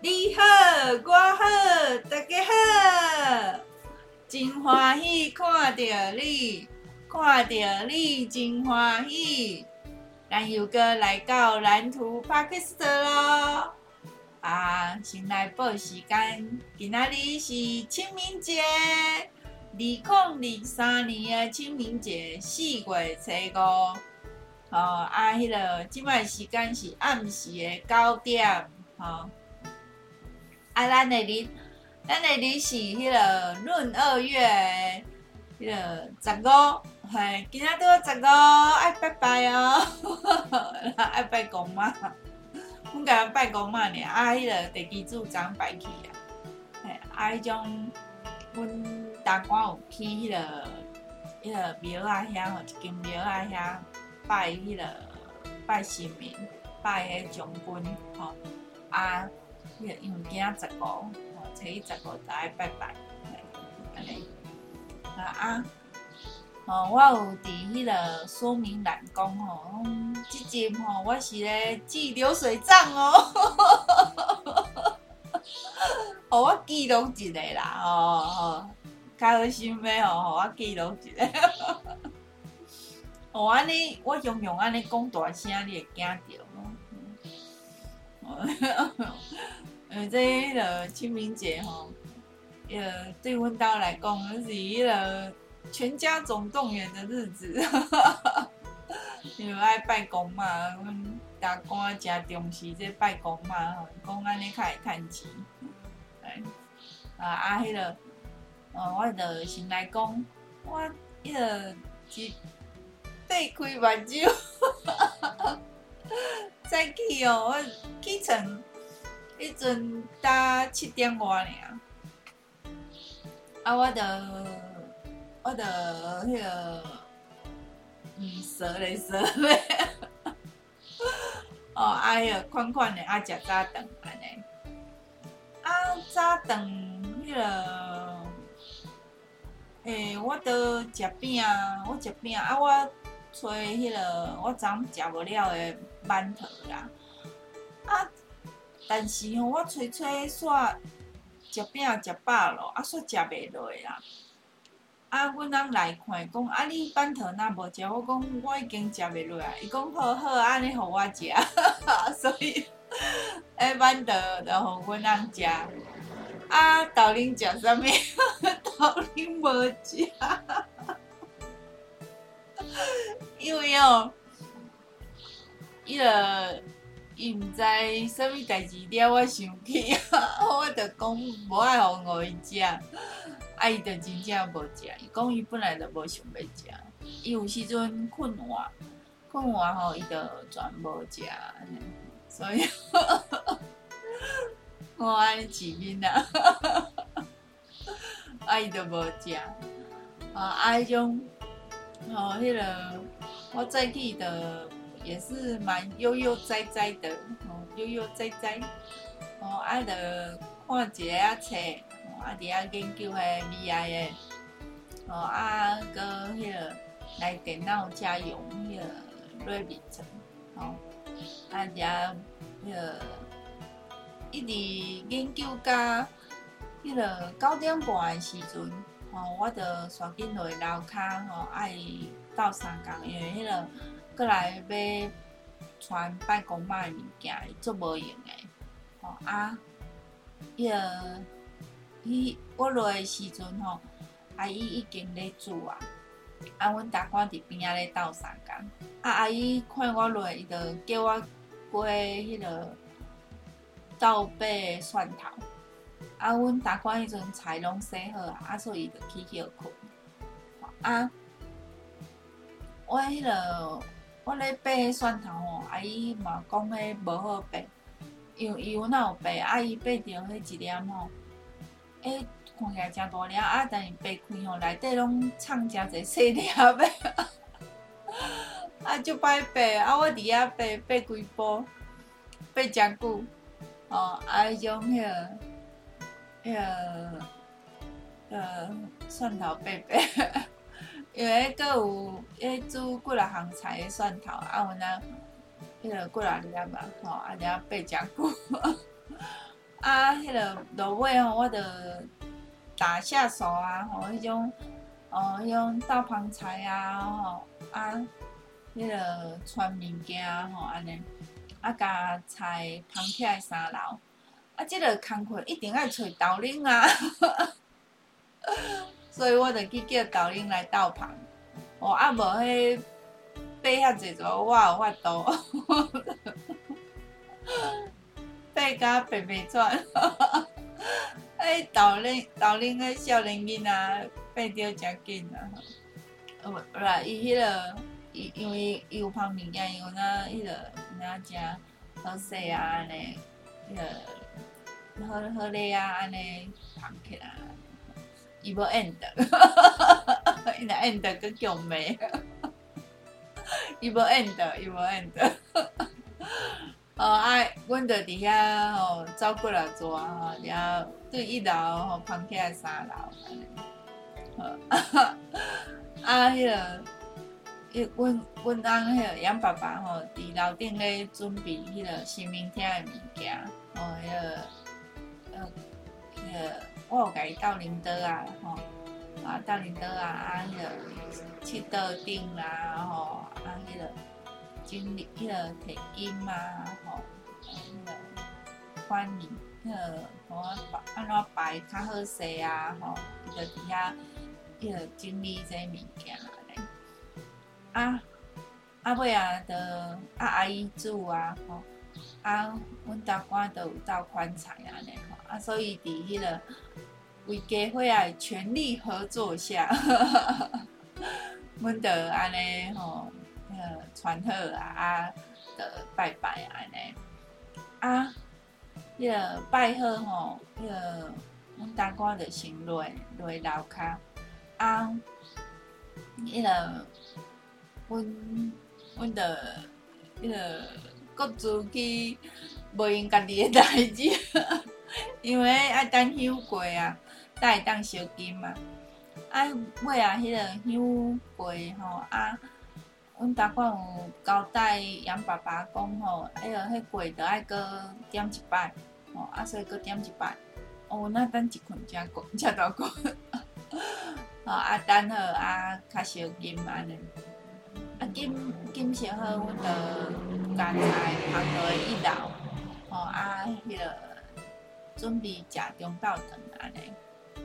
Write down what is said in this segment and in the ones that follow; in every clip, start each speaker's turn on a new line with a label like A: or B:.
A: 你好，我好，大家好，真欢喜看到你，看到你真欢喜。咱又搁来到蓝图 Podcast 咯，先来报时间，今仔日是清明节，2023年的清明节4月初5。迄个即摆时间是暗时的9点，咱的日是迄个闰2月迄个15，嘿，今仔拄15，爱拜拜哦，爱拜公妈，阮甲拜公妈尔，迄个地基主昨拜去啊，嘿，迄种阮大官有去迄个庙仔遐吼，一间庙仔遐拜迄个拜神明，拜迄将军吼，因为今仔15，初一15就爱拜拜，安尼。我有伫迄个说明栏讲吼，即集吼我是咧记流水账哦，我记录一下啦，较好心的吼，我记录一下。安尼我常常安尼讲大声，你会惊着。这迄个清明节吼，对阮兜来讲，是迄个全家总动员的日子。因为爱拜公妈，阮大官真重视这拜公妈吼，讲安尼较会趁钱。迄个，我就先来讲，我迄个一掰开目睭，早起我起床。迄阵搭7点外尔，我就迄个踅咧，迄个款款的食早顿安尼，早顿迄个，我都食饼，我找迄个我昨昏食无了的馒头啦，但是吼，我吹煞食饼食饱咯，煞食袂落啦。阮翁来看讲，你馒头哪无食？我讲我已经食袂落啊。伊讲好，安尼互我食，所以馒头就互阮翁食。豆奶食啥物？豆奶无食，因为伊毋知啥物代志了，我生气，我就讲无爱互伊食，伊就真正无食。伊讲伊本来就无想要食，伊有时阵困晏吼，伊就全无食，所以我安尼饲囡仔，伊就无食。迄种迄个我早起就。也是蛮悠悠哉哉的，悠悠哉哉，就看一个册，伫遐研究迄 VI 的，搁迄个来电脑家用迄个 Revit，伫遐迄个一直研究到迄个9点半的时阵，我就赶紧落楼骹，爱斗三工，因为迄个。过来要传拜公妈的物件，足无用的。我落的时阵吼，阿姨已经咧煮啊。阮大官伫边仔咧斗三工。阿姨看我落，伊就叫我过迄个斗买的蒜头。阮大官迄阵菜拢洗好啊，所以伊就去歇困。我迄个。我咧掰蒜头吼，阿姨嘛讲迄无好掰，因为伊有哪有掰，伊掰着迄一粒吼，看起来真大粒，但是掰开吼，内底拢藏真侪细粒的，足歹掰，我伫遐掰规煲，掰真久，迄种迄个蒜头掰。因为佫有煮几6项菜的蒜头，阮迄个几6粒嘛，伫遐掰真久。 啊，迄个落尾吼，我着打下手啊，吼，迄种迄种倒香菜啊，吼啊，迄个传物件吼安尼，啊，甲菜芳起来三楼，啊，即个工课一定爱找豆奶啊，所以我着去叫豆奶来倒香，啊，无迄爬遐济座，我有法度。爬甲白白喘，豆奶个少年囡仔爬着真紧啊！有啦，伊迄个，因为伊有芳物件，伊有那迄个食好势啊，安尼，迄个好咧啊，安尼芳起来，伊无 end， 伊若 end 佫强骂，伊无 end。阮着伫遐吼走过来坐吼，然后对1楼吼芳起来3楼安尼。迄个，阮翁迄个杨爸爸吼，伫楼顶咧准备迄个新明厅的物件，迄个，我有甲伊斗领导啊，吼，斗领导啊，迄个七道顶啦，吼，迄个。经理迄个摕金啊，吼，迄个管理，迄个安怎摆较好势啊，吼，伊就伫遐迄个整理这物件安尼。尾啊，就阿姨煮啊，吼，阮大官都有斗款菜安尼吼，所以伫迄个为家伙啊全力合作下，阮就安尼吼。传好啊，就拜拜安尼。迄个拜好吼，迄个阮大哥就先落楼骹。迄个阮就迄个各自去无因家己的代志，因为爱等香过啊，才会当烧金嘛。尾啊，迄个香过吼阮大官有交代杨爸爸讲吼，迄过着爱搁点一摆，所以搁点一摆。阮等一困才大困，等好较烧金安尼。金烧好，阮就家菜放落去1楼，迄个准备食中昼顿安尼，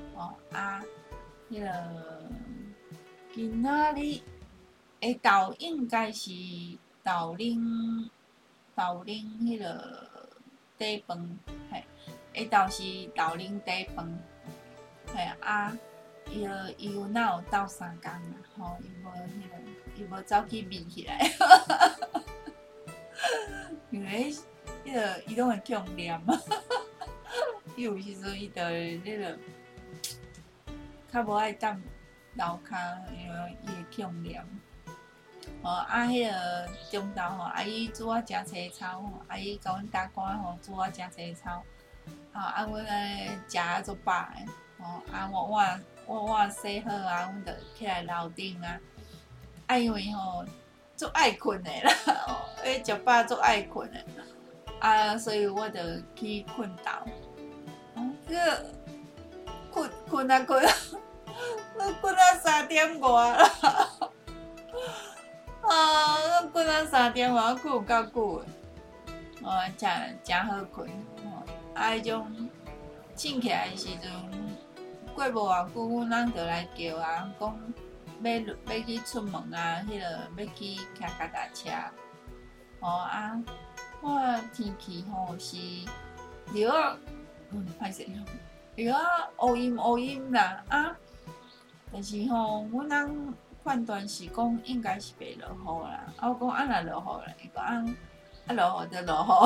A: 迄个今仔日。豆应该是豆奶迄个底饭，嘿，豆是豆奶底饭，嘿伊有哪有斗3工啊？吼，伊无走去面起来，因为迄个伊拢会强念啊，伊有时阵伊就会迄个较无爱踮楼骹，因为伊会强念。迄个中昼吼，阿姨煮我食青草吼，阿姨甲阮大官吼煮我食青草，阮安食足饱的，碗洗好啊，阮就起来楼顶啊，因为吼足爱困的啦，食饱足爱困的，所以我就去困觉，迄个困啊，困啊3点外啦。困到3点外，困有够久的，真好困。迄种醒起来的时阵，过无偌久，阮翁就来叫啊，讲要去出门啊，迄个要去骑脚踏车。我天气吼是落啊，歹势，落啊乌阴啦但是吼，阮翁。判断是讲应该是袂落雨啦，我讲若落雨啦，伊讲落雨就落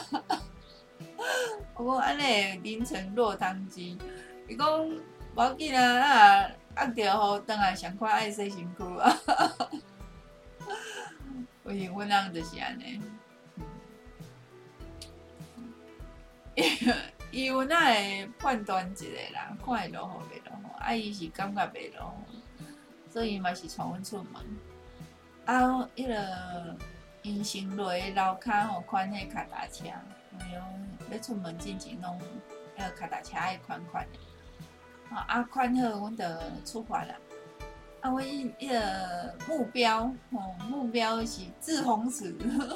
A: 雨，我讲安尼淋成落汤鸡，伊讲无要紧啊，着雨转来上快爱洗身躯啊，有时阮翁就是安尼，伊有哪会判断一个啦，看会落雨袂落雨，伊是感觉袂落雨。所以嘛是带阮出门，迄个因先落楼骹吼，看迄脚踏车， 要出门进前拢脚踏车爱款款的，款好，阮就出发啦。阮个目标是志宏池。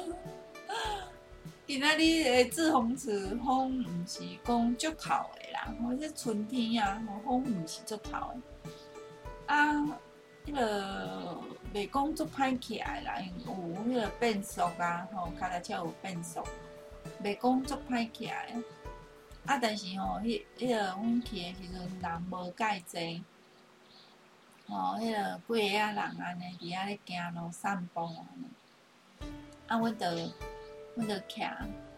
A: 今仔日的志宏池风毋是讲足透的啦，这春天啊，风毋是足透的。袂讲足歹起来啦，因为有变速啊，脚踏车有变速，袂讲足歹起来。但是阮去的时阵人无介济，几个人安尼伫遐咧行路散步安尼。阮就徛，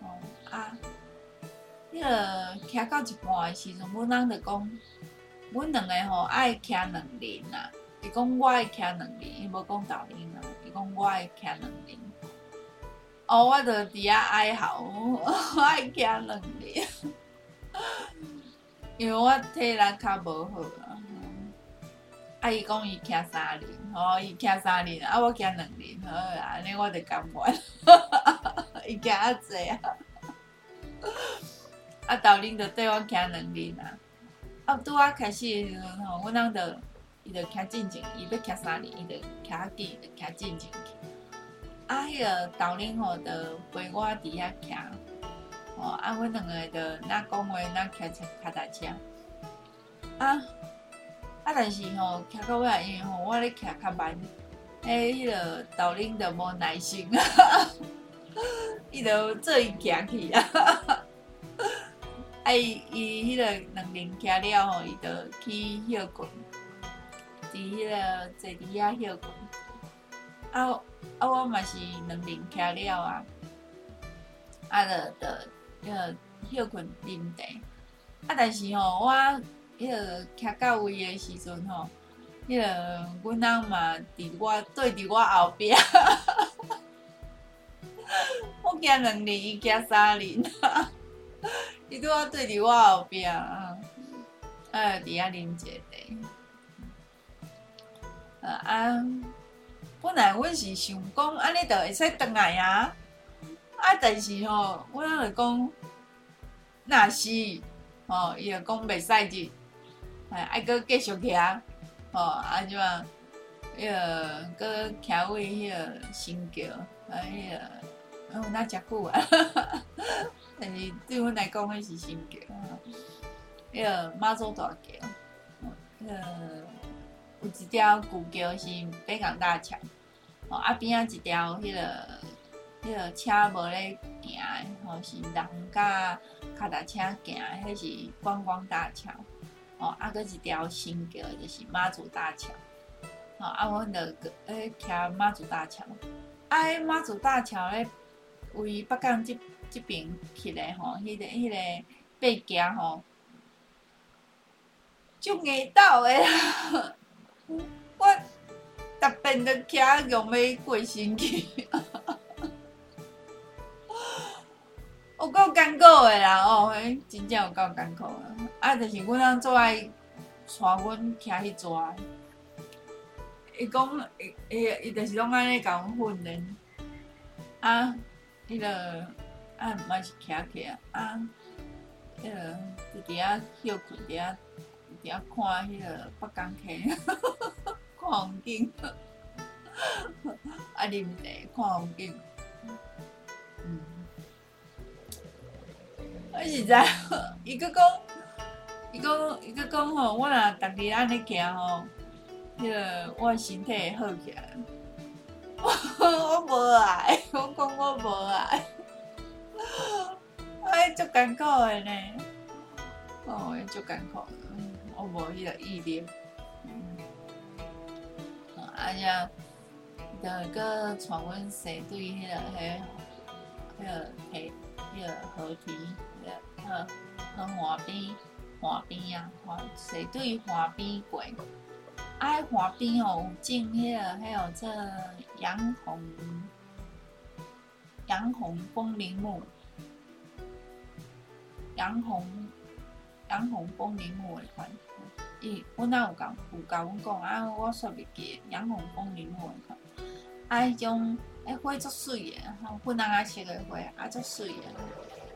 A: 徛到一半的时阵，阮翁就讲，阮两个爱徛两轮啦。伊讲我爱徛两轮，伊无讲豆奶啦。伊讲我爱徛两轮。我就伫遐哀嚎，我爱徛两轮，因为我体力较无好啦。伊讲伊徛三轮，伊徛三轮，我徛两轮，好啦，安尼我就甘愿。伊徛较济豆奶就缀我徛两轮啦。拄开始的时阵阮翁就伊就徛进前，伊要徛三轮，伊就徛较紧，就徛进前去。豆奶就陪我伫遐徛，阮两个就哪讲话哪徛脚踏车。但是徛到尾，因为我咧徛较慢，豆奶就无耐心，伊就做伊徛去啊。伊两轮徛了伊就去休困，伫坐伫遐休困。我嘛是两轮徛了就休困啉茶。但是我徛到位的时阵阮翁嘛对伫我后壁。我行两轮，伊行三轮，伊拄对伫我后壁伫遐啉一茶。本来阮是想讲安尼就会使转来啊，但是阮就讲，若是伊就讲袂使入，爱搁继续徛，怎啊？搁徛位新桥，哪遮久啊？但是对阮来讲，迄是新桥，妈祖大桥，有一条旧桥是北港大桥，边仔一条车无咧行的，是人甲脚踏车行的，迄是观光大桥，搁一条新桥就是妈祖大桥，阮就徛妈祖大桥，妈祖大桥咧为北港这边去咧迄个爬行足硬斗的啦。我逐遍都徛用要过身去，有够艰苦的啦！真正有够艰苦的。就是阮翁做爱带阮徛迄抓，伊讲伊就是拢安尼甲阮训练，迄嘛是徛起就伫遐休困，伫遐看迄个北港溪，看风景，啉茶看风景。我实在，伊搁讲我若逐日安尼行我身体会好起来。我无爱，我讲我无爱，足艰苦的呢。足艰苦的。我无迄个意念，就搁带阮踅对迄个河堤，河岸边踅对岸边过。岸边有种迄这洋红风铃木，洋红风铃木的款。阮有甲阮讲我煞袂记洋红风铃木的款。迄种花足水的，粉红色的花，足水的。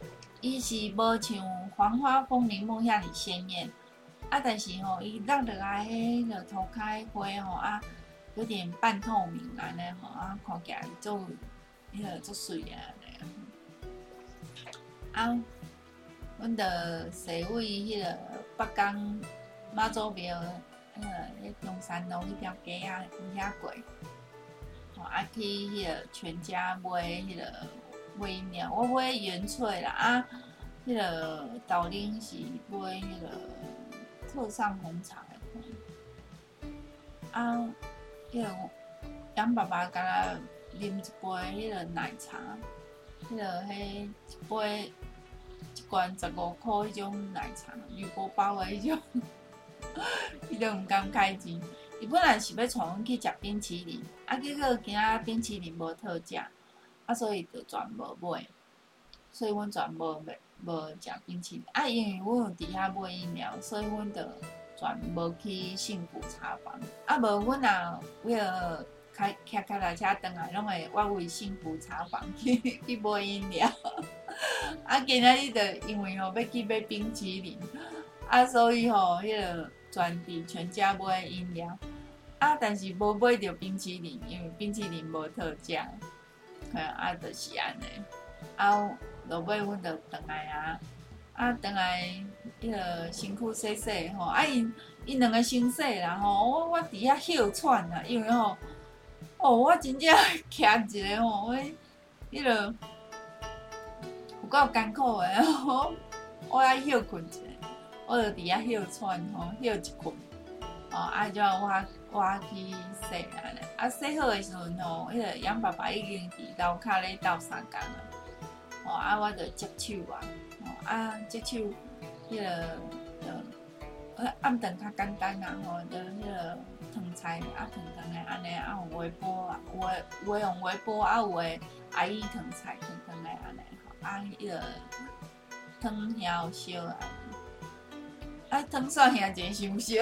A: 伊是无像《黄花风铃梦》遐尼鲜艳，啊，但是吼，伊落落来迄个涂开花吼啊，有点半透明安尼吼啊，看起来就迄个足水啊安尼。啊，阮着坐位迄个北港妈祖庙，中山路迄条街啊，有遐过，吼啊去迄个全家买迄个买饮料，我买原萃啦啊，迄个豆奶是买迄个特上红茶的啊，迄个杨爸爸敢若啉一杯迄个奶茶，迄个迄一杯。一罐15块迄种奶茶，铝箔包的迄种，伊都毋甘开钱。伊本来是要带阮去食冰淇淋，啊，结果今仔冰淇淋无特价，啊，所以就全无买。所以阮全无食冰淇淋。啊，因为阮有伫遐买饮料，所以阮就全无去幸福茶房。啊，无阮若为了开脚踏车转来，拢会我为幸福茶房去买饮料。啊，今仔日就因为吼要去买冰淇淋，啊，所以吼迄个全伫全家买饮料，啊，但是无买着冰淇淋，因为冰淇淋无特价，啊，就是安尼，啊，落尾阮就转来啊，啊，转来迄个身躯洗洗吼，啊，因两个先洗啦吼，我伫遐哮喘啦，因为吼，我真正徛一个吼，迄个。够艰苦的，我爱休困一下，我就伫遐休喘吼，休一困，啊，就我去洗安尼，啊，洗好的时阵吼，迄个杨爸爸已经伫楼骹咧斗相共啊，啊，我就接手啊，啊，接手迄个暗顿较简单啦吼，就迄个烫菜啊，烫的安尼，啊，有微波啊，有用微波啊，有诶阿姨烫菜烫的安尼。啊，迄个汤遐有烧啊，啊汤煞遐真伤烧，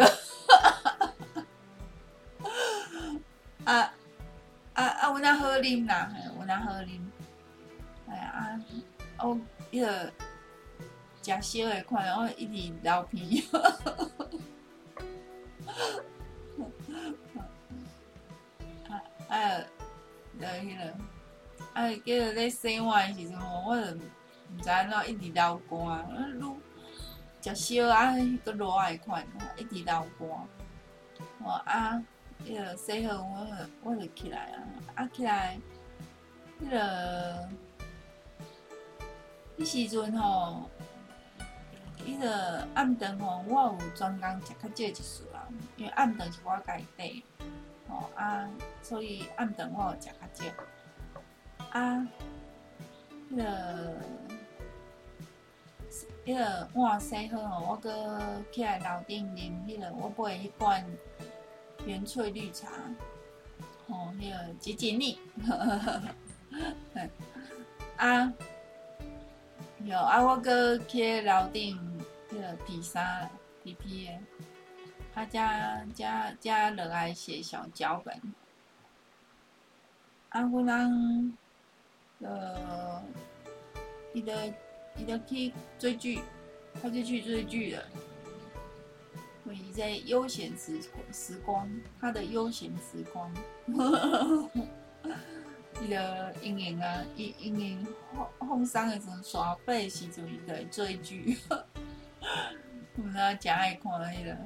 A: 有哪好啉啦，有哪好啉，我迄个食烧的款，我一直流鼻，就迄个。叫做咧洗碗的时阵吼，我就毋知安怎一直流汗，愈食烧啊，搁热的款，一直流汗。啊，迄个洗好我就起来啊，啊起来，迄时阵吼，迄个暗顿吼，我有专工食较少一丝啦，因为暗顿是我家己底，所以暗顿我有食较少。啊，迄个碗洗好吼，我搁起来楼顶啉迄个我买迄罐原萃绿茶，吼，迄个解解腻，啊，我搁去楼顶迄个披萨皮的，加落来写小脚本，啊，阮人。伊就去追剧，他就去追剧了。所以在悠闲时光，他的悠闲时光，伊就用用啊，用放松的时阵，耍废的时阵，伊就会追剧。我真爱看迄个，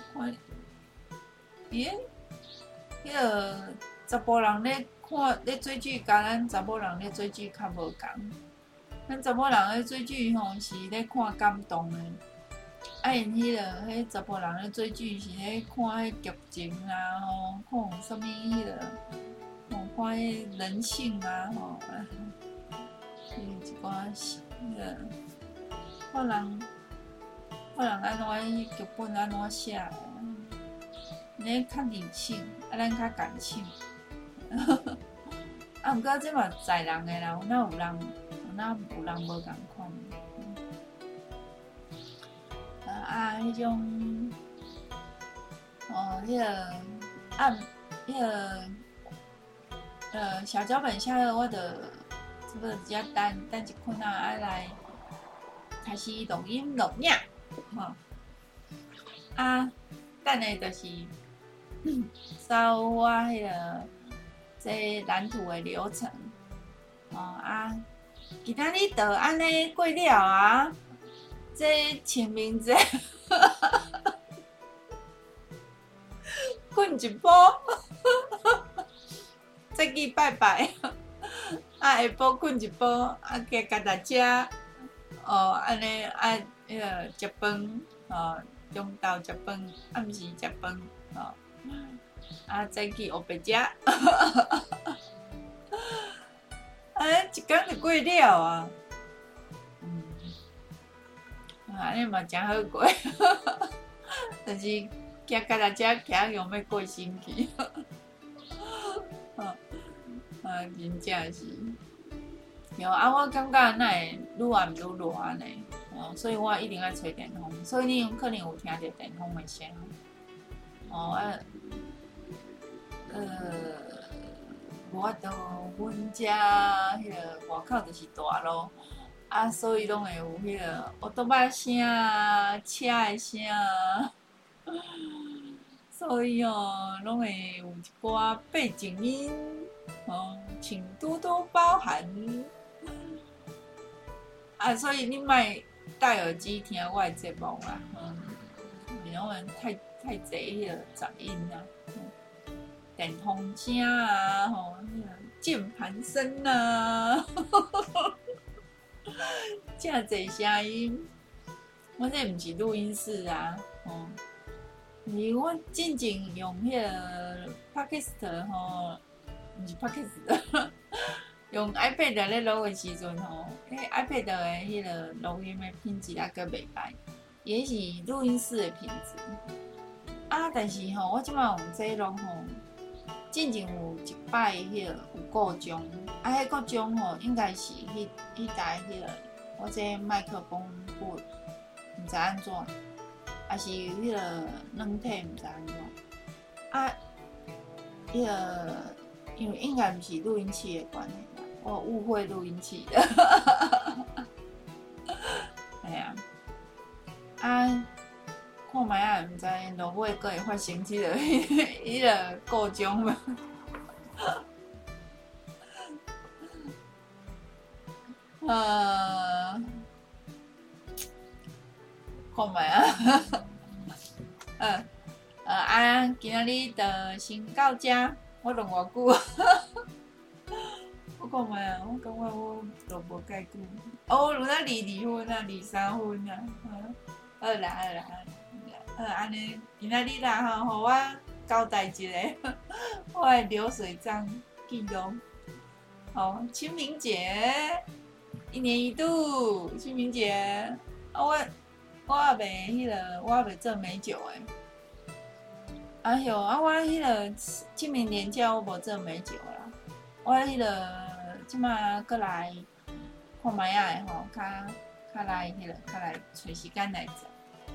A: 伊迄个查甫人咧追剧，甲咱查某人咧追剧较无共。咱查某人咧追剧吼是咧看感动的，因迄查甫人咧追剧是咧看迄剧情啦吼，看什么看迄人性啊吼，一寡看人安怎剧本安怎写的，咧较理性，咱较感性。毋过这嘛在人的啦，有哪有人无共款。迄种，迄个小脚本写了，我就这个只等一困啊，来是录音录影，吼、啊，等下就是扫我迄个这蓝图的流程，今仔日就安尼过了啊，这清明节困一波，再去拜拜，下晡困一波，加甲大家，安尼迄个食饭，中昼食饭，暗时食饭，再去学白食，一天就过了啊，安尼嘛真好过，但是惊甲大家惊用要过身去，真正是。有我感觉那会愈暗愈热呢，所以我一定要吹电风。所以你可能有听到电风的声，我到阮家迄个外口就是大路，所以拢会有迄个奥多巴声、车的声，所以拢会有一寡背景音，请多多包涵。所以你莫戴耳机听我的节目啦，因为太侪迄个杂音啊，电风声啊，键盘声啊，真侪声音。我这毋是录音室啊，我进前用迄个 Podcast 毋是 Podcast 用 iPad 咧录的时阵iPad 的迄个录音的品质还阁袂歹，也是录音室的品质。但是我即摆用这录进前有一摆迄个有故障，迄故障应该是迄台迄个我这麦克风不毋知安怎，还是迄个软体毋知安怎。迄个因为应该毋是录音器的关系。我误会录音器的，看卖毋知落尾阁会发生迄个故障吗？看卖今仔日就先到这，我录偌久？我讲卖我感觉我都无介久。录到2分23分啊。好啦，安尼今仔日啦互我交代一个我的流水账记录。清明节，1年1度清明节。我也袂迄个，我也袂做美酒诶。我迄个清明年假我无做美酒啦。我迄个即马过来看卖仔的较来迄个，较来找时间来做。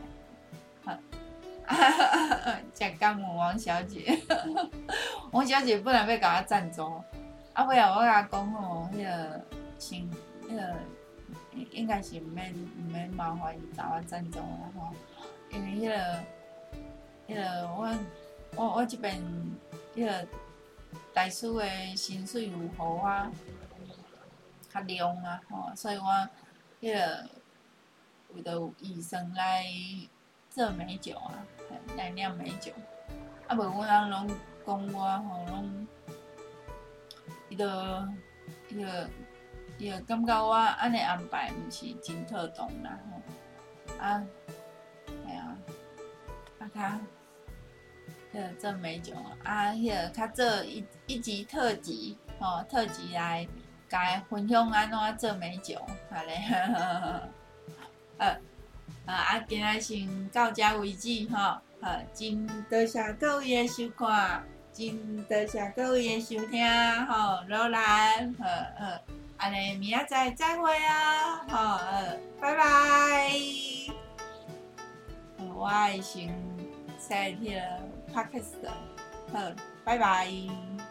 A: 真感恩王小姐，王小姐本来要甲我赞助，尾仔我甲讲迄个先迄个应该是毋免麻烦伊甲我赞助啦因为迄个我这边迄个大师的薪水有互我较量啊，所以我迄个有预算来做美酒啊，来酿美酒。无我人拢讲我拢，伊就感觉我安尼安排毋是真妥当啦较做美酒较做一集特辑特辑来甲分享安怎做美酒，今仔先到这为止真多谢各位的收看，真多谢各位的收听罗兰安尼明仔载再会啊拜拜。我会先 set 迄个 podcast 拜拜。